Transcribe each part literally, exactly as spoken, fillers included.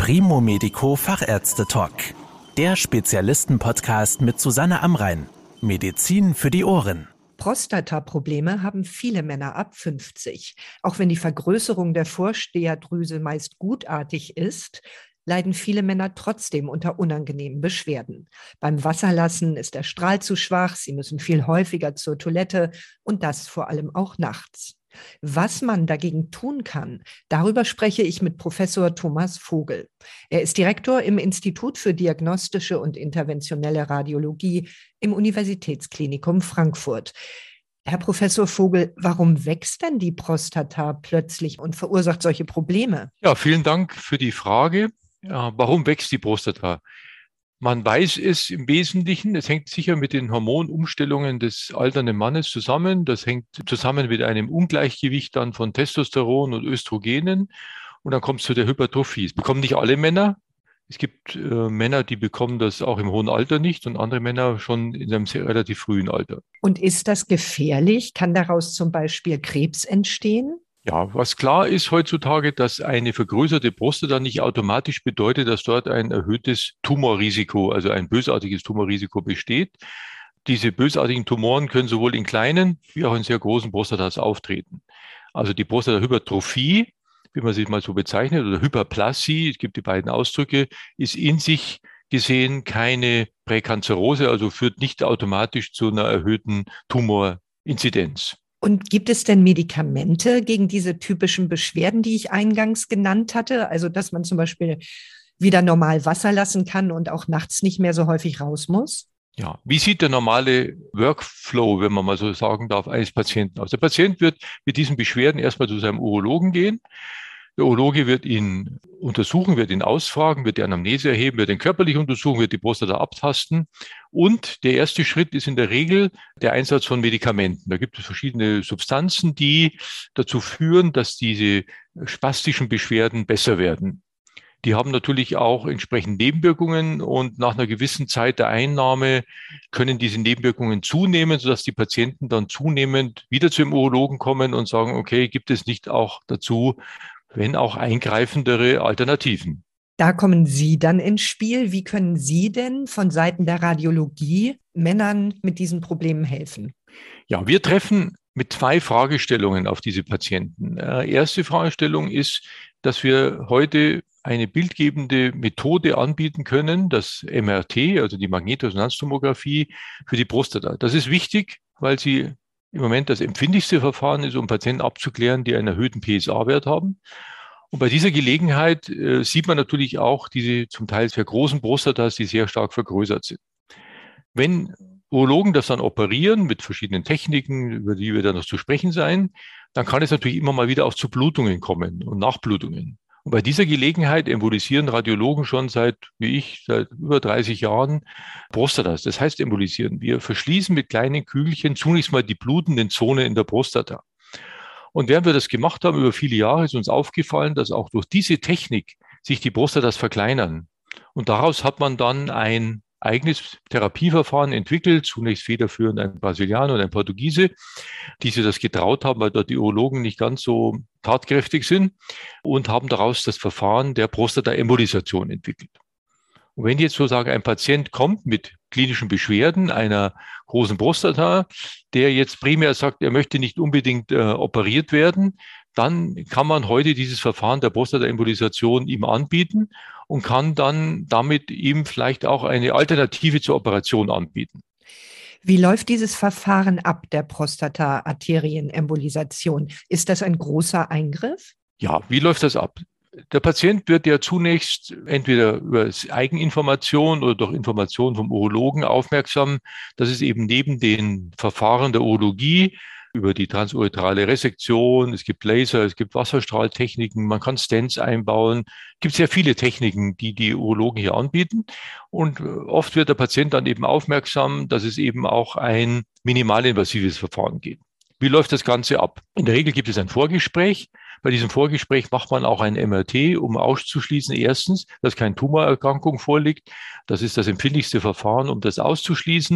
Primo Medico Fachärzte-Talk. Der Spezialisten-Podcast mit Susanne Amrein. Medizin für die Ohren. Prostataprobleme haben viele Männer ab fünfzig. Auch wenn die Vergrößerung der Vorsteherdrüse meist gutartig ist, leiden viele Männer trotzdem unter unangenehmen Beschwerden. Beim Wasserlassen ist der Strahl zu schwach, sie müssen viel häufiger zur Toilette und das vor allem auch nachts. Was man dagegen tun kann, darüber spreche ich mit Professor Thomas Vogel. Er ist Direktor im Institut für diagnostische und interventionelle Radiologie im Universitätsklinikum Frankfurt. Herr Professor Vogel, warum wächst denn die Prostata plötzlich und verursacht solche Probleme? Ja, vielen Dank für die Frage. Ja, warum wächst die Prostata? Man weiß es im Wesentlichen, es hängt sicher mit den Hormonumstellungen des alternden Mannes zusammen. Das hängt zusammen mit einem Ungleichgewicht dann von Testosteron und Östrogenen. Und dann kommt es zu der Hypertrophie. Es bekommen nicht alle Männer. Es gibt äh, Männer, die bekommen das auch im hohen Alter nicht und andere Männer schon in einem sehr relativ frühen Alter. Und ist das gefährlich? Kann daraus zum Beispiel Krebs entstehen? Ja, was klar ist heutzutage, dass eine vergrößerte Prostata nicht automatisch bedeutet, dass dort ein erhöhtes Tumorrisiko, also ein bösartiges Tumorrisiko besteht. Diese bösartigen Tumoren können sowohl in kleinen wie auch in sehr großen Prostatas auftreten. Also die Prostatahypertrophie, wie man sie mal so bezeichnet, oder Hyperplasie, es gibt die beiden Ausdrücke, ist in sich gesehen keine Präkanzerose, also führt nicht automatisch zu einer erhöhten Tumorinzidenz. Und gibt es denn Medikamente gegen diese typischen Beschwerden, die ich eingangs genannt hatte? Also, dass man zum Beispiel wieder normal Wasser lassen kann und auch nachts nicht mehr so häufig raus muss? Ja, wie sieht der normale Workflow, wenn man mal so sagen darf, eines Patienten aus? Der Patient wird mit diesen Beschwerden erstmal zu seinem Urologen gehen. Der Urologe wird ihn untersuchen, wird ihn ausfragen, wird die Anamnese erheben, wird ihn körperlich untersuchen, wird die Prostata abtasten. Und der erste Schritt ist in der Regel der Einsatz von Medikamenten. Da gibt es verschiedene Substanzen, die dazu führen, dass diese spastischen Beschwerden besser werden. Die haben natürlich auch entsprechend Nebenwirkungen und nach einer gewissen Zeit der Einnahme können diese Nebenwirkungen zunehmen, sodass die Patienten dann zunehmend wieder zu dem Urologen kommen und sagen, okay, gibt es nicht auch dazu, wenn auch eingreifendere Alternativen? Da kommen Sie dann ins Spiel. Wie können Sie denn von Seiten der Radiologie Männern mit diesen Problemen helfen? Ja, wir treffen mit zwei Fragestellungen auf diese Patienten. Äh, erste Fragestellung ist, dass wir heute eine bildgebende Methode anbieten können, das M R T, also die Magnetresonanztomographie für die Prostata. Das ist wichtig, weil sie im Moment das empfindlichste Verfahren ist, um Patienten abzuklären, die einen erhöhten P S A-Wert haben. Und bei dieser Gelegenheit äh, sieht man natürlich auch diese zum Teil sehr großen Prostatas, die sehr stark vergrößert sind. Wenn Urologen das dann operieren mit verschiedenen Techniken, über die wir dann noch zu sprechen sein, dann kann es natürlich immer mal wieder auch zu Blutungen kommen und Nachblutungen. Und bei dieser Gelegenheit embolisieren Radiologen schon seit, wie ich, seit über dreißig Jahren Prostatas. Das heißt embolisieren. Wir verschließen mit kleinen Kügelchen zunächst mal die blutenden Zonen in der Prostata. Und während wir das gemacht haben über viele Jahre, ist uns aufgefallen, dass auch durch diese Technik sich die Prostatas verkleinern. Und daraus hat man dann ein eigenes Therapieverfahren entwickelt, zunächst federführend ein Brasilianer und ein Portugiese, die sich das getraut haben, weil dort die Urologen nicht ganz so tatkräftig sind und haben daraus das Verfahren der Prostataembolisation entwickelt. Und wenn jetzt sozusagen ein Patient kommt mit klinischen Beschwerden einer großen Prostata, der jetzt primär sagt, er möchte nicht unbedingt äh, operiert werden, dann kann man heute dieses Verfahren der Prostataembolisation ihm anbieten und kann dann damit ihm vielleicht auch eine Alternative zur Operation anbieten. Wie läuft dieses Verfahren ab, der Prostata-Arterienembolisation? Ist das ein großer Eingriff? Ja, wie läuft das ab? Der Patient wird ja zunächst entweder über Eigeninformation oder durch Information vom Urologen aufmerksam, dass es eben neben den Verfahren der Urologie über die transuretrale Resektion, es gibt Laser, es gibt Wasserstrahltechniken, man kann Stents einbauen. Es gibt sehr viele Techniken, die die Urologen hier anbieten. Und oft wird der Patient dann eben aufmerksam, dass es eben auch ein minimalinvasives Verfahren geht. Wie läuft das Ganze ab? In der Regel gibt es ein Vorgespräch. Bei diesem Vorgespräch macht man auch ein M R T, um auszuschließen, erstens, dass keine Tumorerkrankung vorliegt. Das ist das empfindlichste Verfahren, um das auszuschließen.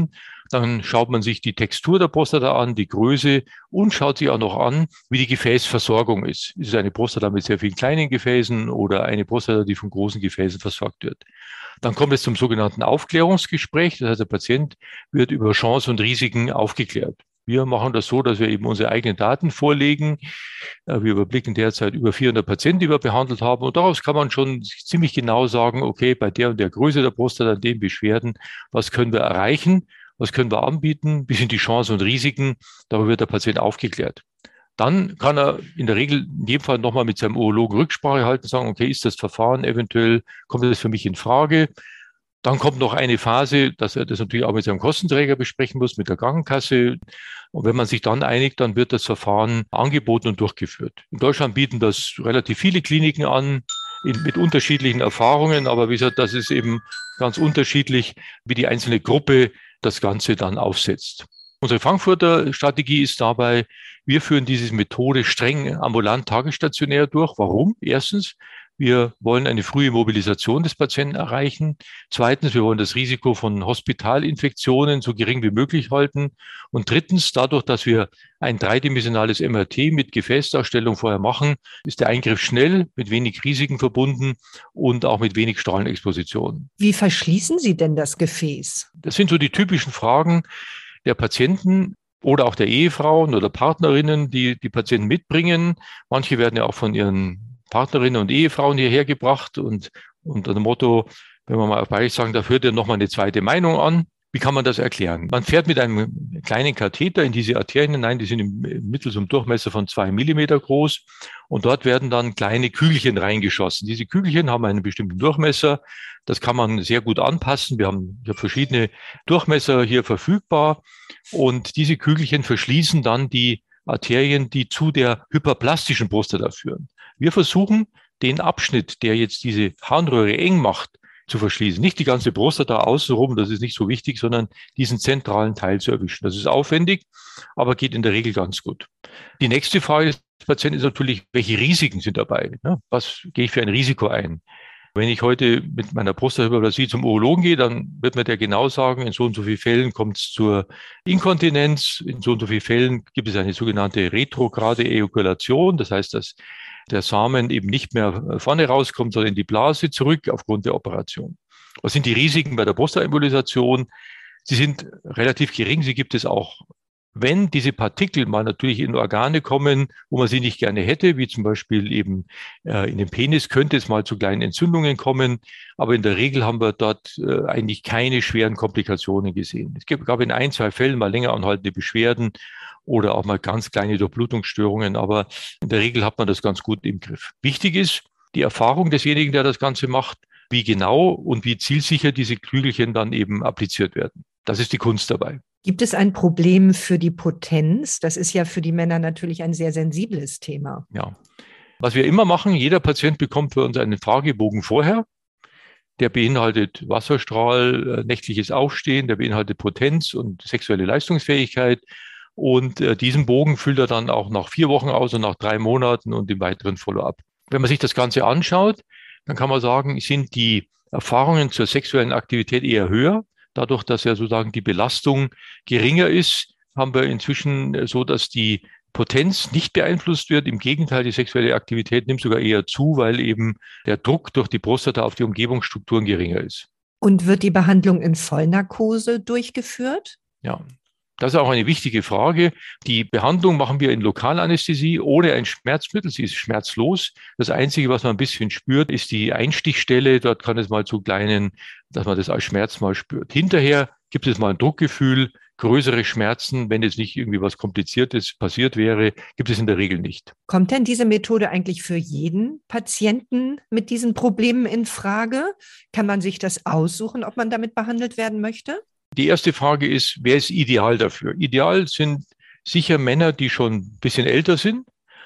Dann schaut man sich die Textur der Prostata an, die Größe und schaut sich auch noch an, wie die Gefäßversorgung ist. Ist es eine Prostata mit sehr vielen kleinen Gefäßen oder eine Prostata, die von großen Gefäßen versorgt wird? Dann kommt es zum sogenannten Aufklärungsgespräch. Das heißt, der Patient wird über Chancen und Risiken aufgeklärt. Wir machen das so, dass wir eben unsere eigenen Daten vorlegen. Wir überblicken derzeit über vierhundert Patienten, die wir behandelt haben. Und daraus kann man schon ziemlich genau sagen, okay, bei der und der Größe der Prostata, den Beschwerden, was können wir erreichen, was können wir anbieten, wie sind die Chancen und Risiken. Darüber wird der Patient aufgeklärt. Dann kann er in der Regel in jedem Fall nochmal mit seinem Urologen Rücksprache halten, sagen, okay, ist das Verfahren eventuell, kommt das für mich in Frage? Dann kommt noch eine Phase, dass er das natürlich auch mit seinem Kostenträger besprechen muss, mit der Krankenkasse. Und wenn man sich dann einigt, dann wird das Verfahren angeboten und durchgeführt. In Deutschland bieten das relativ viele Kliniken an, in, mit unterschiedlichen Erfahrungen. Aber wie gesagt, das ist eben ganz unterschiedlich, wie die einzelne Gruppe das Ganze dann aufsetzt. Unsere Frankfurter Strategie ist dabei, wir führen diese Methode streng ambulant tagesstationär durch. Warum? Erstens, wir wollen eine frühe Mobilisation des Patienten erreichen. Zweitens, wir wollen das Risiko von Hospitalinfektionen so gering wie möglich halten. Und drittens, dadurch, dass wir ein dreidimensionales M R T mit Gefäßdarstellung vorher machen, ist der Eingriff schnell, mit wenig Risiken verbunden und auch mit wenig Strahlenexposition. Wie verschließen Sie denn das Gefäß? Das sind so die typischen Fragen der Patienten oder auch der Ehefrauen oder Partnerinnen, die die Patienten mitbringen. Manche werden ja auch von ihren Partnerinnen und Ehefrauen hierher gebracht und unter dem Motto, wenn man mal auf Bayerisch sagen darf, hört ihr nochmal eine zweite Meinung an. Wie kann man das erklären? Man fährt mit einem kleinen Katheter in diese Arterien hinein, die sind im Mittel zum Durchmesser von zwei Millimeter groß und dort werden dann kleine Kügelchen reingeschossen. Diese Kügelchen haben einen bestimmten Durchmesser. Das kann man sehr gut anpassen. Wir haben hier verschiedene Durchmesser hier verfügbar und diese Kügelchen verschließen dann die Arterien, die zu der hyperplastischen Prostata führen. Wir versuchen, den Abschnitt, der jetzt diese Harnröhre eng macht, zu verschließen. Nicht die ganze Prostata außenrum, das ist nicht so wichtig, sondern diesen zentralen Teil zu erwischen. Das ist aufwendig, aber geht in der Regel ganz gut. Die nächste Frage des Patienten ist natürlich, welche Risiken sind dabei? Was gehe ich für ein Risiko ein? Wenn ich heute mit meiner Prostatahyperplasie zum Urologen gehe, dann wird mir der genau sagen, in so und so vielen Fällen kommt es zur Inkontinenz, in so und so vielen Fällen gibt es eine sogenannte retrograde Ejakulation, das heißt, dass der Samen eben nicht mehr vorne rauskommt, sondern in die Blase zurück aufgrund der Operation. Was sind die Risiken bei der Prostatembolisation? Sie sind relativ gering, sie gibt es auch, wenn diese Partikel mal natürlich in Organe kommen, wo man sie nicht gerne hätte, wie zum Beispiel eben äh, in den Penis, könnte es mal zu kleinen Entzündungen kommen. Aber in der Regel haben wir dort äh, eigentlich keine schweren Komplikationen gesehen. Es gab in ein, zwei Fällen mal länger anhaltende Beschwerden oder auch mal ganz kleine Durchblutungsstörungen. Aber in der Regel hat man das ganz gut im Griff. Wichtig ist die Erfahrung desjenigen, der das Ganze macht, wie genau und wie zielsicher diese Kügelchen dann eben appliziert werden. Das ist die Kunst dabei. Gibt es ein Problem für die Potenz? Das ist ja für die Männer natürlich ein sehr sensibles Thema. Ja, was wir immer machen, jeder Patient bekommt für uns einen Fragebogen vorher. Der beinhaltet Wasserstrahl, nächtliches Aufstehen, der beinhaltet Potenz und sexuelle Leistungsfähigkeit. Und äh, diesen Bogen füllt er dann auch nach vier Wochen aus und nach drei Monaten und im weiteren Follow-up. Wenn man sich das Ganze anschaut, dann kann man sagen, sind die Erfahrungen zur sexuellen Aktivität eher höher. Dadurch, dass ja sozusagen die Belastung geringer ist, haben wir inzwischen so, dass die Potenz nicht beeinflusst wird. Im Gegenteil, die sexuelle Aktivität nimmt sogar eher zu, weil eben der Druck durch die Prostata auf die Umgebungsstrukturen geringer ist. Und wird die Behandlung in Vollnarkose durchgeführt? Ja. Das ist auch eine wichtige Frage. Die Behandlung machen wir in Lokalanästhesie ohne ein Schmerzmittel. Sie ist schmerzlos. Das Einzige, was man ein bisschen spürt, ist die Einstichstelle. Dort kann es mal zu kleinen, dass man das als Schmerz mal spürt. Hinterher gibt es mal ein Druckgefühl, größere Schmerzen. Wenn jetzt nicht irgendwie was Kompliziertes passiert wäre, gibt es in der Regel nicht. Kommt denn diese Methode eigentlich für jeden Patienten mit diesen Problemen in Frage? Kann man sich das aussuchen, ob man damit behandelt werden möchte? Die erste Frage ist, wer ist ideal dafür? Ideal sind sicher Männer, die schon ein bisschen älter sind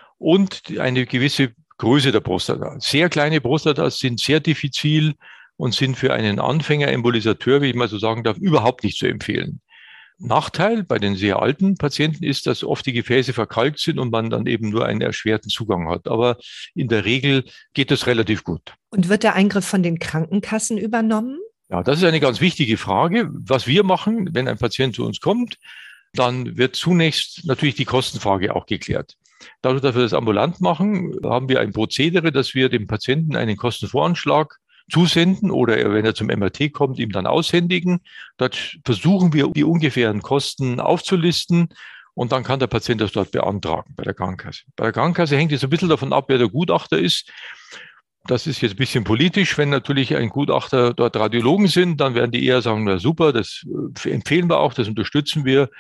und eine gewisse Größe der Prostata. Sehr kleine Prostatas sind sehr diffizil und sind für einen Anfänger-Embolisateur, wie ich mal so sagen darf, überhaupt nicht zu empfehlen. Nachteil bei den sehr alten Patienten ist, dass oft die Gefäße verkalkt sind und man dann eben nur einen erschwerten Zugang hat. Aber in der Regel geht das relativ gut. Und wird der Eingriff von den Krankenkassen übernommen? Ja, das ist eine ganz wichtige Frage. Was wir machen, wenn ein Patient zu uns kommt, dann wird zunächst natürlich die Kostenfrage auch geklärt. Dadurch, dass wir das ambulant machen, haben wir ein Prozedere, dass wir dem Patienten einen Kostenvoranschlag zusenden oder wenn er zum M R T kommt, ihm dann aushändigen. Dort versuchen wir, die ungefähren Kosten aufzulisten und dann kann der Patient das dort beantragen bei der Krankenkasse. Bei der Krankenkasse hängt es ein bisschen davon ab, wer der Gutachter ist. Das ist jetzt ein bisschen politisch. Wenn natürlich ein Gutachter dort Radiologen sind, dann werden die eher sagen, na super, das empfehlen wir auch, das unterstützen wir.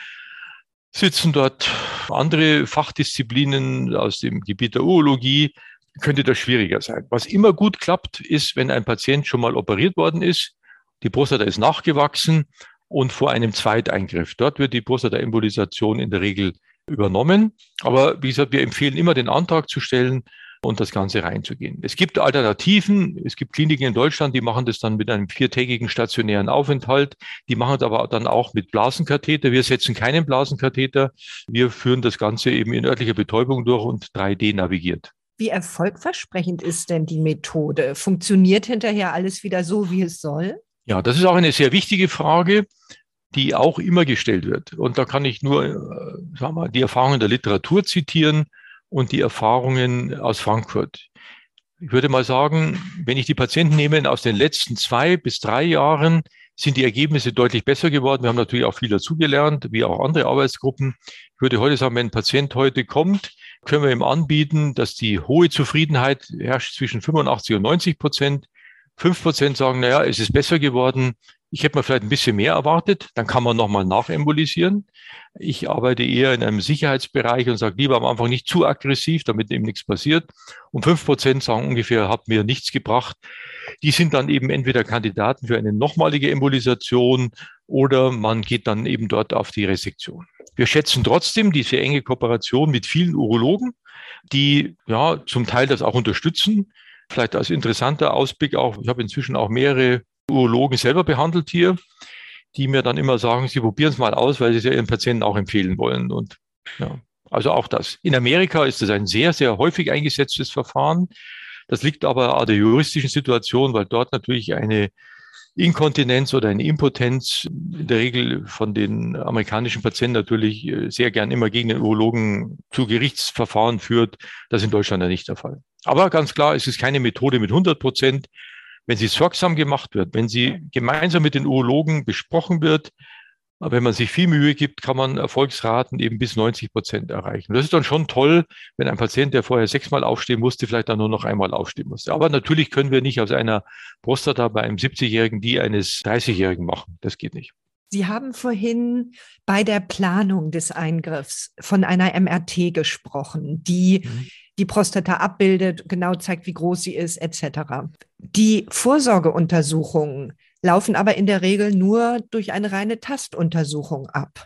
Sitzen dort andere Fachdisziplinen aus dem Gebiet der Urologie, könnte das schwieriger sein. Was immer gut klappt, ist, wenn ein Patient schon mal operiert worden ist, die Prostata ist nachgewachsen und vor einem Zweiteingriff. Dort wird die Prostataembolisation in der Regel übernommen. Aber wie gesagt, wir empfehlen immer, den Antrag zu stellen und das Ganze reinzugehen. Es gibt Alternativen. Es gibt Kliniken in Deutschland, die machen das dann mit einem viertägigen stationären Aufenthalt. Die machen es aber dann auch mit Blasenkatheter. Wir setzen keinen Blasenkatheter. Wir führen das Ganze eben in örtlicher Betäubung durch und drei D navigiert. Wie erfolgversprechend ist denn die Methode? Funktioniert hinterher alles wieder so, wie es soll? Ja, das ist auch eine sehr wichtige Frage, die auch immer gestellt wird. Und da kann ich nur, äh, sagen wir, die Erfahrungen der Literatur zitieren und die Erfahrungen aus Frankfurt. Ich würde mal sagen, wenn ich die Patienten nehme aus den letzten zwei bis drei Jahren, sind die Ergebnisse deutlich besser geworden. Wir haben natürlich auch viel dazugelernt, wie auch andere Arbeitsgruppen. Ich würde heute sagen, wenn ein Patient heute kommt, können wir ihm anbieten, dass die hohe Zufriedenheit herrscht zwischen fünfundachtzig und neunzig Prozent. Fünf Prozent sagen, naja, es ist besser geworden. Ich hätte mir vielleicht ein bisschen mehr erwartet. Dann kann man nochmal nachembolisieren. Ich arbeite eher in einem Sicherheitsbereich und sage lieber am Anfang nicht zu aggressiv, damit eben nichts passiert. Und fünf Prozent sagen ungefähr, hat mir nichts gebracht. Die sind dann eben entweder Kandidaten für eine nochmalige Embolisation oder man geht dann eben dort auf die Resektion. Wir schätzen trotzdem diese enge Kooperation mit vielen Urologen, die ja zum Teil das auch unterstützen. Vielleicht als interessanter Ausblick auch, ich habe inzwischen auch mehrere Urologen selber behandelt hier, die mir dann immer sagen, sie probieren es mal aus, weil sie es ja ihren Patienten auch empfehlen wollen. Und ja, also auch das. In Amerika ist das ein sehr, sehr häufig eingesetztes Verfahren. Das liegt aber an der juristischen Situation, weil dort natürlich eine Inkontinenz oder eine Impotenz in der Regel von den amerikanischen Patienten natürlich sehr gern immer gegen den Urologen zu Gerichtsverfahren führt. Das ist in Deutschland ja nicht der Fall. Aber ganz klar, es ist keine Methode mit hundert Prozent. Wenn sie sorgsam gemacht wird, wenn sie gemeinsam mit den Urologen besprochen wird, wenn man sich viel Mühe gibt, kann man Erfolgsraten eben bis neunzig Prozent erreichen. Das ist dann schon toll, wenn ein Patient, der vorher sechsmal aufstehen musste, vielleicht dann nur noch einmal aufstehen musste. Aber natürlich können wir nicht aus einer Prostata bei einem siebzigjährigen die eines dreißigjährigen machen. Das geht nicht. Sie haben vorhin bei der Planung des Eingriffs von einer M R T gesprochen, die mhm. die Prostata abbildet, genau zeigt, wie groß sie ist, et cetera. Die Vorsorgeuntersuchungen laufen aber in der Regel nur durch eine reine Tastuntersuchung ab.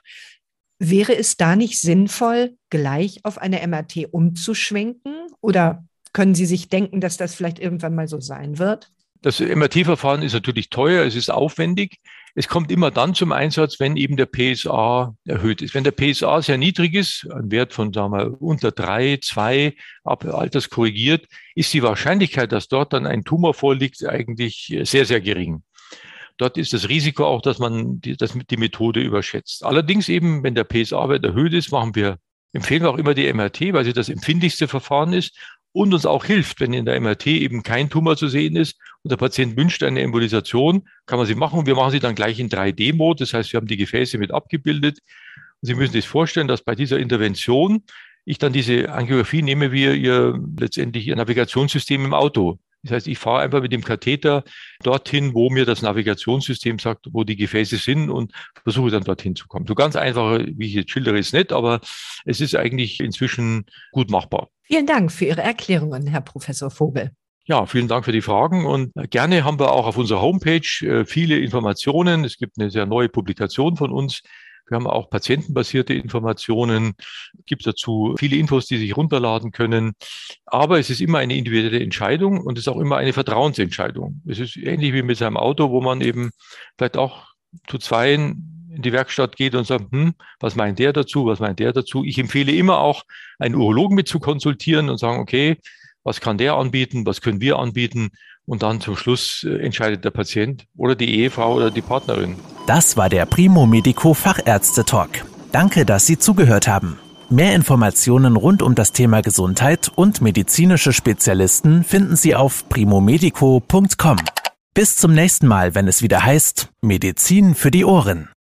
Wäre es da nicht sinnvoll, gleich auf eine M R T umzuschwenken? Oder können Sie sich denken, dass das vielleicht irgendwann mal so sein wird? Das M R T-Verfahren ist natürlich teuer, es ist aufwendig. Es kommt immer dann zum Einsatz, wenn eben der P S A erhöht ist. Wenn der P S A sehr niedrig ist, ein Wert von, sagen wir, unter drei, zwei, ab alterskorrigiert, ist die Wahrscheinlichkeit, dass dort dann ein Tumor vorliegt, eigentlich sehr, sehr gering. Dort ist das Risiko auch, dass man die, dass die Methode überschätzt. Allerdings eben, wenn der P S A-Wert erhöht ist, machen wir, empfehlen wir auch immer die M R T, weil sie das empfindlichste Verfahren ist und uns auch hilft, wenn in der M R T eben kein Tumor zu sehen ist und der Patient wünscht eine Embolisation, kann man sie machen und wir machen sie dann gleich in drei D-Mode. Das heißt, wir haben die Gefäße mit abgebildet. Und Sie müssen sich vorstellen, dass bei dieser Intervention ich dann diese Angiografie nehme, wie Ihr letztendlich Ihr Navigationssystem im Auto. Das heißt, ich fahre einfach mit dem Katheter dorthin, wo mir das Navigationssystem sagt, wo die Gefäße sind und versuche dann dorthin zu kommen. So ganz einfach, wie ich jetzt schildere, ist nicht, aber es ist eigentlich inzwischen gut machbar. Vielen Dank für Ihre Erklärungen, Herr Professor Vogel. Ja, vielen Dank für die Fragen und gerne haben wir auch auf unserer Homepage viele Informationen. Es gibt eine sehr neue Publikation von uns. Wir haben auch patientenbasierte Informationen, gibt dazu viele Infos, die sich runterladen können. Aber es ist immer eine individuelle Entscheidung und es ist auch immer eine Vertrauensentscheidung. Es ist ähnlich wie mit seinem Auto, wo man eben vielleicht auch zu zweien in die Werkstatt geht und sagt, hm, was meint der dazu, was meint der dazu? Ich empfehle immer auch, einen Urologen mit zu konsultieren und sagen, okay, was kann der anbieten, was können wir anbieten und dann zum Schluss entscheidet der Patient oder die Ehefrau oder die Partnerin. Das war der Primo Medico Fachärzte-Talk. Danke, dass Sie zugehört haben. Mehr Informationen rund um das Thema Gesundheit und medizinische Spezialisten finden Sie auf primomedico punkt com. Bis zum nächsten Mal, wenn es wieder heißt Medizin für die Ohren.